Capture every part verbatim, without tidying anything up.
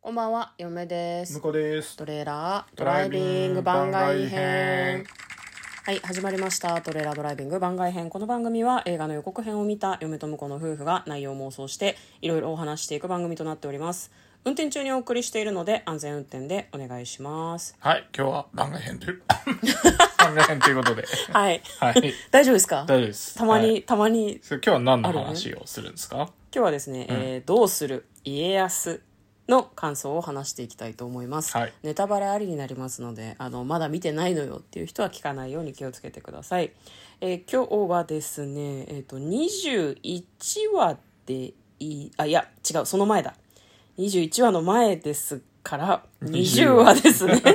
こんばんは、嫁です。 向こうです。 トレーラードライビング番外編。はい、始まりました。トレーラードライビング番外編。この番組は映画の予告編を見た嫁と婿の夫婦が内容を妄想していろいろお話していく番組となっております。運転中にお送りしているので安全運転でお願いします。 はい、今日は番外編という番外編ということではい、 はい、 大丈夫ですか？ 大丈夫です。 たまに、 はい、 たまに今日は何の話をするんですか？ 今日はですね、うんえー、どうする家康の感想を話していきたいと思います、 はい、 ネタバレありになりますので、あのまだ見てないのよっていう人は聞かないように気をつけてください。えー、今日はですね、えー、とにじゅういちわでいいあいや違うその前だにじゅういちわの前ですからにじゅうわですね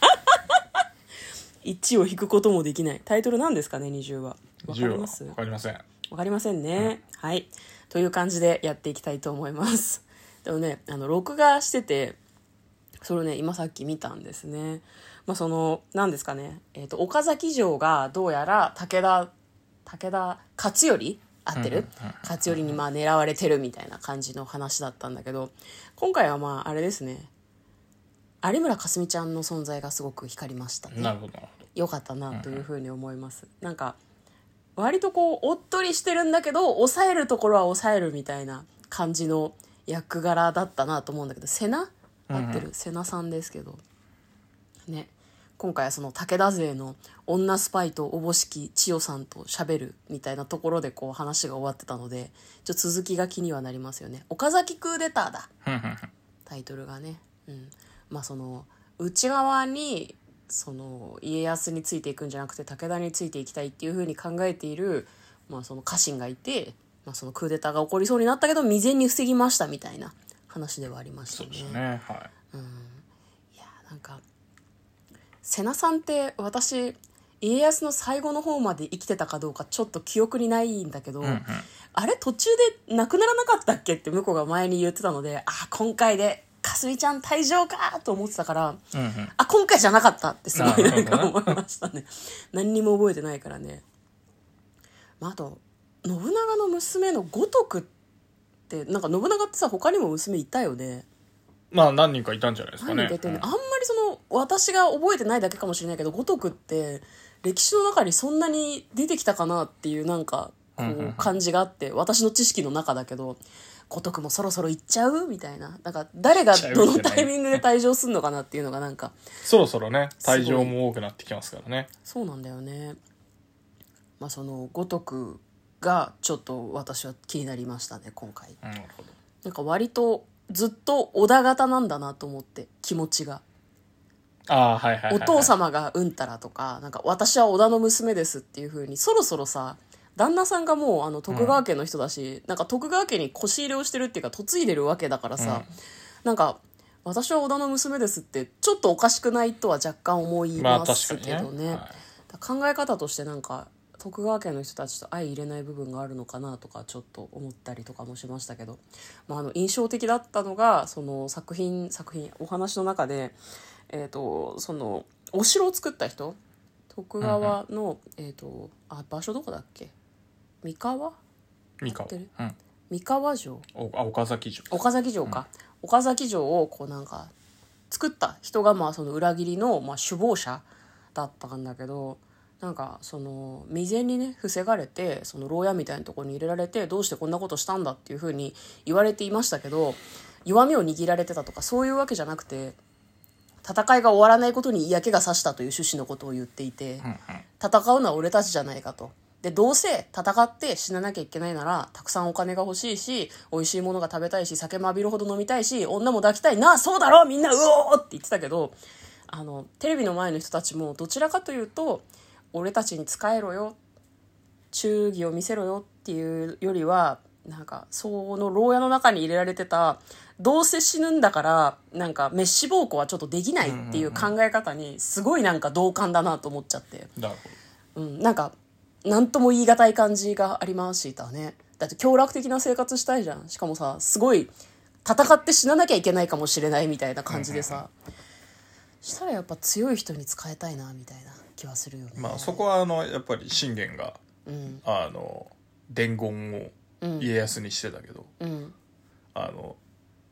いちを引くこともできない。タイトルなんですかね？にじゅうわわかります？ わかりません。 わかりませんね、うん、はい、という感じでやっていきたいと思います。でもね、あの録画しててそれをね今さっき見たんですね。まあその何ですかね、えーと、岡崎城がどうやら武田武田勝頼合ってる、勝頼にまあ狙われてるみたいな感じの話だったんだけど、今回はまああれですね、有村架純ちゃんの存在がすごく光りましたね。 なるほど、 よかったなというふうに思います。なんか割とこうおっとりしてるんだけど抑えるところは抑えるみたいな感じの役柄だったなと思うんだけど、瀬名合ってる、うん、瀬名さんですけどね、今回はその武田勢の女スパイとおぼしき千代さんと喋るみたいなところでこう話が終わってたので、ちょっと続きが気にはなりますよね。岡崎クーデターだタイトルがね、うん、まあその内側にその家康についていくんじゃなくて武田についていきたいっていう風に考えている、まあ、その家臣がいて、まあ、そのクーデターが起こりそうになったけど未然に防ぎましたみたいな話ではありましたね。 そうですね、はい、 うん、いやなんか瀬名さんって私家康の最後の方まで生きてたかどうかちょっと記憶にないんだけど、うんうん、あれ途中で亡くならなかったっけって向こうが前に言ってたので、あ今回でかすみちゃん退場かと思ってたから、うんうん、あ今回じゃなかったってすごいなんか思いましたね何にも覚えてないからね、まあ、あと信長の娘の五徳ってなんか信長ってさ他にも娘いたよね。 まあ何人かいたんじゃないですかね。 何人かいたよね、うん、あんまりその私が覚えてないだけかもしれないけど五徳って歴史の中にそんなに出てきたかなっていうなんかこう感じがあって、私の知識の中だけど五徳もそろそろ行っちゃうみたいな、なんか誰がどのタイミングで退場するのかなっていうのがなんかそろそろね退場も多くなってきますからね。 そうなんだよね。まあその五徳がちょっと私は気になりましたね今回。 なるほど。 なんか割とずっと織田型なんだなと思って、気持ちがあ、はいはいはいはい、 お父様がうんたらとか、なんか私は織田の娘ですっていう風にそろそろさ旦那さんがもうあの徳川家の人だし、うん、なんか徳川家に腰入れをしてるっていうか嫁いでるわけだからさ、うん、なんか私は織田の娘ですってちょっとおかしくないとは若干思いますけどね、まあね、はい、考え方としてなんか徳川家の人たちと相入れない部分があるのかなとかちょっと思ったりとかもしましたけど、まあ、あの印象的だったのがその作品作品お話の中で、えーと、そのお城を作った人徳川の、うんうんえーと、あ場所どこだっけ、三河三河、うん、 三河城あ岡崎城岡崎城か、うん、岡崎城をこうなんか作った人がまあその裏切りのまあ首謀者だったんだけど、なんかその未然にね防がれてその牢屋みたいなところに入れられてどうしてこんなことしたんだっていう風に言われていましたけど、弱みを握られてたとかそういうわけじゃなくて戦いが終わらないことに嫌気がさしたという趣旨のことを言っていて、うんうん、戦うのは俺たちじゃないかと。でどうせ戦って死ななきゃいけないならたくさんお金が欲しいし美味しいものが食べたいし酒も浴びるほど飲みたいし女も抱きたいな、そうだろみんなうおーって言ってたけど、あのテレビの前の人たちもどちらかというと俺たちに仕えろよ忠義を見せろよっていうよりはなんかその牢屋の中に入れられてたどうせ死ぬんだからなんか滅私暴行はちょっとできないっていう考え方にすごいなんか同感だなと思っちゃって、 なるほど、 うん、なんかなんとも言い難い感じがありましたね。だって享楽的な生活したいじゃん。しかもさすごい戦って死ななきゃいけないかもしれないみたいな感じでさ、したらやっぱ強い人に仕えたいなみたいな気はするよね。 まあそこはあのやっぱり信玄が、うん、あの伝言を家康にしてたけど、うん、あの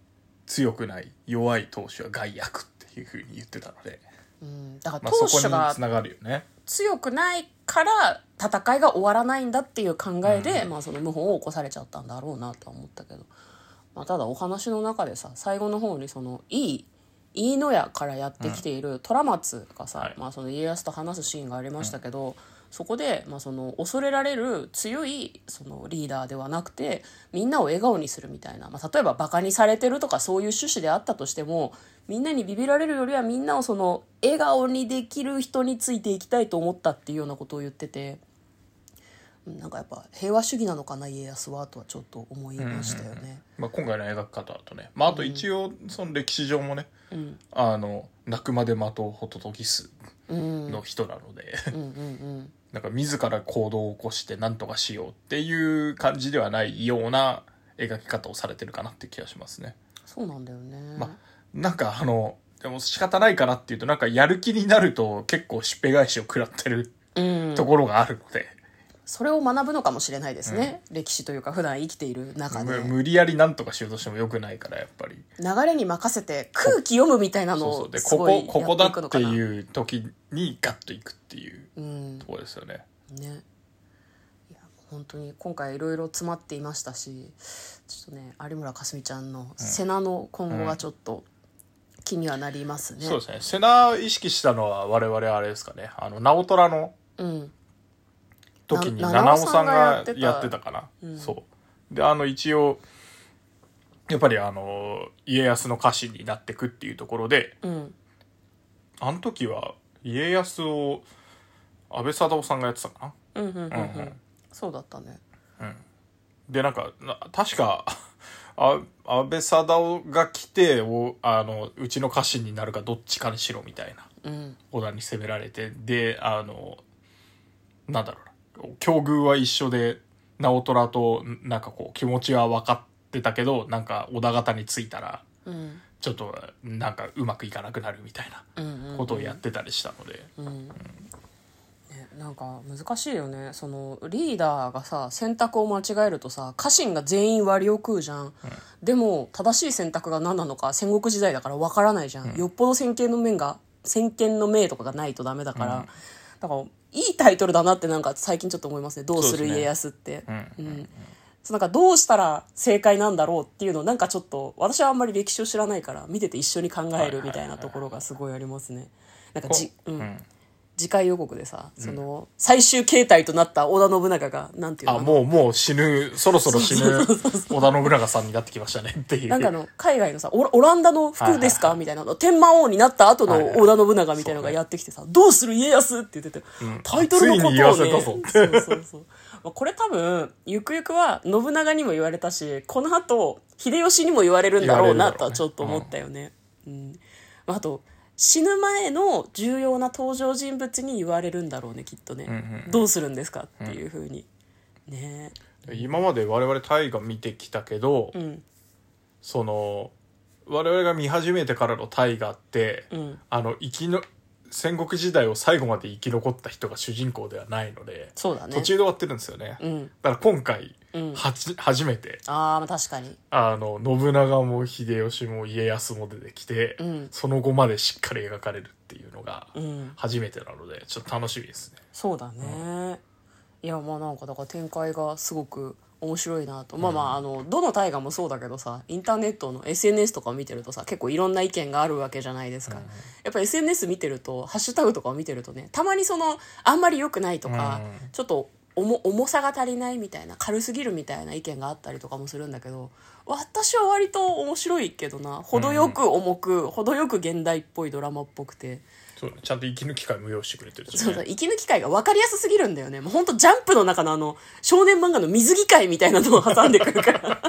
強くない弱い投手は害悪っていうふうに言ってたので、 うん、だからまあ、そこに投手がつながるよね。 強くないから戦いが終わらないんだっていう考えで、 うんまあ、その謀反を起こされちゃったんだろうなとは思ったけど、まあ、ただお話の中でさ最後の方にそのいい飯野屋からやってきている虎松がさ、 はいまあ、その家康と話すシーンがありましたけど、そこで、まあ、その恐れられる強いそのリーダーではなくてみんなを笑顔にするみたいな、まあ、例えばバカにされてるとかそういう趣旨であったとしてもみんなにビビられるよりはみんなをその笑顔にできる人についていきたいと思ったっていうようなことを言ってて、なんかやっぱ平和主義なのかな家康はとはちょっと思いましたよね。 まあ、今回の描き方だとね、まあ、あと一応その歴史上もね、 うん、 あの泣くまで的をホトトギスの人なので、 うんうんうんなんか自ら行動を起こして何とかしようっていう感じではないような描き方をされてるかなって気がしますね。 そうなんだよね。 まあなんかあのでも仕方ないかなっていうと、なんかやる気になると結構しっぺ返しを食らってるうん、 ところがあるので、 それを学ぶのかもしれないですね、うん、歴史というか普段生きている中で無理やり何とかしようとしてもよくないから、やっぱり流れに任せて空気読むみたいなのをすごいやっていくのかな。 ここ、ここだっていう時にガッといくっていうところですよね、 うん、ね、いや本当に今回いろいろ詰まっていましたし、ちょっとね有村架純ちゃんの瀬名の今後がちょっと気にはなりますね、 うん、そうですね。瀬名意識したのは我々あれですかね、あの直虎の時に七尾さんがやってたかな、うん、そうで、あの一応やっぱりあの家康の家臣になってくっていうところで、 うん、 あの時は家康を安倍貞夫さんがやってたかな、うんうんうんうん、うんうん、そうだったね、 うん、でなんかな確かあ安倍貞夫が来ておあのうちの家臣になるかどっちかにしろみたいな、 うん、 織田に責められて、であのなんだろうな、境遇は一緒で直虎となんかこう気持ちは分かってたけど、なんか織田方に着いたらちょっとなんかうまくいかなくなるみたいなことをやってたりしたので、 うんうんうんうん、ね、なんか難しいよね。そのリーダーがさ選択を間違えるとさ家臣が全員割を食うじゃん、うん、でも正しい選択が何なのか戦国時代だから分からないじゃん、うん、よっぽど先見の面が先見の明とかがないとダメだから、うん、だからいいタイトルだなってなんか最近ちょっと思いますね。どうする家康って、うんうん、なんかどうしたら正解なんだろうっていうのをなんかちょっと私はあんまり歴史を知らないから見てて一緒に考えるみたいなところがすごいありますね。なんかじ、うん、次回予告でさ、その最終形態となった織田信長がなんていうの、 あもうもう死ぬそろそろ死ぬ織田信長さんになってきましたねっていう、 なんかの海外のさ オ, オランダの服ですか、はいはいはい、みたいな天満王になった後の織田信長みたいなのがやってきてさ、はいはい、どうする家康って言ってて、うん、タイトルのことをね、ついに言わせたぞそうそうそうこれ多分ゆくゆくは信長にも言われたし、この後秀吉にも言われるんだろうなとはちょっと思ったよね、うんうん、あと死ぬ前の重要な登場人物に言われるんだろうねきっとね、うんうんうん、どうするんですかっていう風に、うん、ね。 今まで我々大河見てきたけど、うん、その我々が見始めてからの大河って、うん、あの生きの戦国時代を最後まで生き残った人が主人公ではないので、 そうだね、 途中で終わってるんですよね、うん、だから今回、うん、はち初めてあ確かにあの信長も秀吉も家康も出てきて、うん、その後までしっかり描かれるっていうのが初めてなので、ちょっと楽しみですね。 そうだね、うん、いやまあなんかだから展開がすごく面白いなと、まあまああのどの大河もそうだけどさ、インターネットの エスエヌエス とかを見てるとさ結構いろんな意見があるわけじゃないですか、うん、やっぱ エスエヌエス 見てるとハッシュタグとかを見てるとね、たまにそのあんまり良くないとか、うん、ちょっと重, 重さが足りないみたいな、軽すぎるみたいな意見があったりとかもするんだけど、私は割と面白いけどな、程よく重く、うん、程よく現代っぽいドラマっぽくて、 そうね、ちゃんと息抜き会無用してくれてる、ね、 そうそう、息抜き会が分かりやすすぎるんだよね。もうほんとジャンプの中のあの少年漫画の水着会みたいなのを挟んでくるから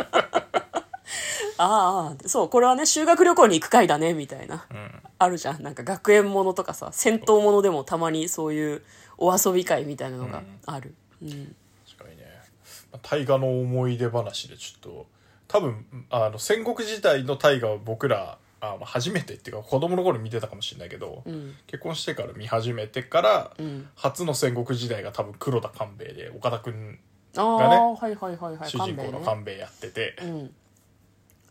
ああそうこれはね修学旅行に行く会だねみたいな、うん、あるじゃん。なんか学園ものとかさ戦闘ものでもたまにそういうお遊び会みたいなのがある、うんうん、 確かにね。大河の思い出話でちょっと多分あの戦国時代の大河を僕らあ初めてっていうか子供の頃見てたかもしれないけど、うん、結婚してから見始めてから、うん、初の戦国時代が多分黒田官兵衛で岡田君がね、 はいはいはいはい、 主人公の官兵衛やってて、うん、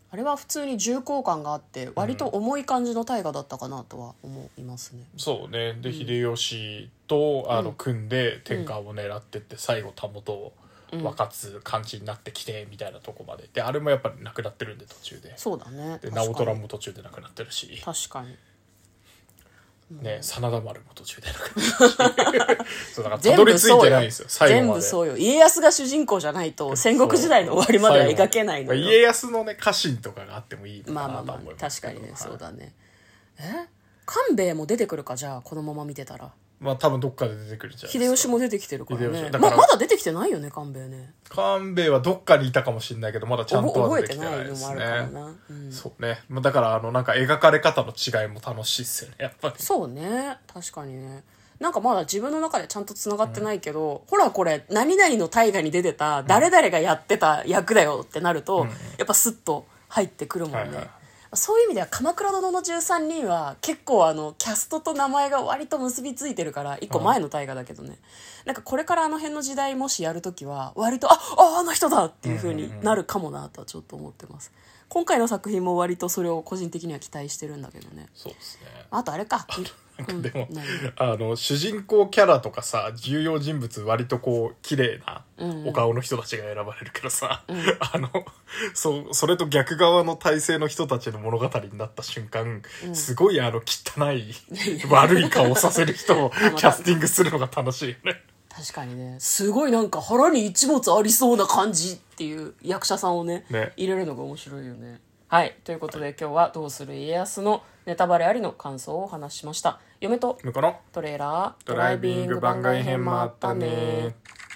あれは普通に重厚感があって割と重い感じの大河だったかなとは思いますね、 うん、そうね。で、うん、秀吉とあの組んで天下を狙ってって、うん、最後たもとを分かつ感じになってきてみたいなとこまでで、あれもやっぱりなくなってるんで途中で。 そうだね。 で直虎も途中でなくなってるし、 確かにね、真田丸も途中でなくなってるしそうだからたどり着いてないんですよ最後まで。 全部そうよ。家康が主人公じゃないと戦国時代の終わりまでは描けないのよ。 家康のね家臣とかがあってもいいのかなと思います。まあまあまあ確かにね、はい、そうだね。え官兵衛も出てくるか、じゃあこのまま見てたら。 まあ多分どっかで出てくるじゃないですか。 秀吉も出てきてるからね。まあ、まだ出てきてないよね官兵衛ね。 官兵衛はどっかにいたかもしれないけどまだちゃんとは出てきてないですね。覚えてないのもあるからな、うん、そうね。だからあのなんか描かれ方の違いも楽しいっすよねやっぱり。そうね、確かにね。なんかまだ自分の中でちゃんとつながってないけど、うん、ほらこれ何々の大河に出てた誰々がやってた役だよってなると、うん、やっぱスッと入ってくるもんね、はいはい。そういう意味では鎌倉殿のじゅうさんにんは結構あのキャストと名前が割と結びついてるから一個前の大河だけどね、うん、なんかこれからあの辺の時代もしやるときは割とあああの人だっていう風になるかもなとはちょっと思ってます。今回の作品も割とそれを個人的には期待してるんだけどね。 そうですね。 あとあれかでも、うん、あの主人公キャラとかさ重要人物割とこう綺麗なお顔の人たちが選ばれるけどさ、うんうん、あの そ, それと逆側の体制の人たちの物語になった瞬間、うん、すごいあの汚い悪い顔をさせる人をキャスティングするのが楽しいよね。 確かにね、すごいなんか腹に一物ありそうな感じっていう役者さんを ね, ね入れるのが面白いよね。はい、ということで、はい、今日はどうする家康のネタバレありの感想をお話ししました。嫁とトレーラードライビング番外編もあったね。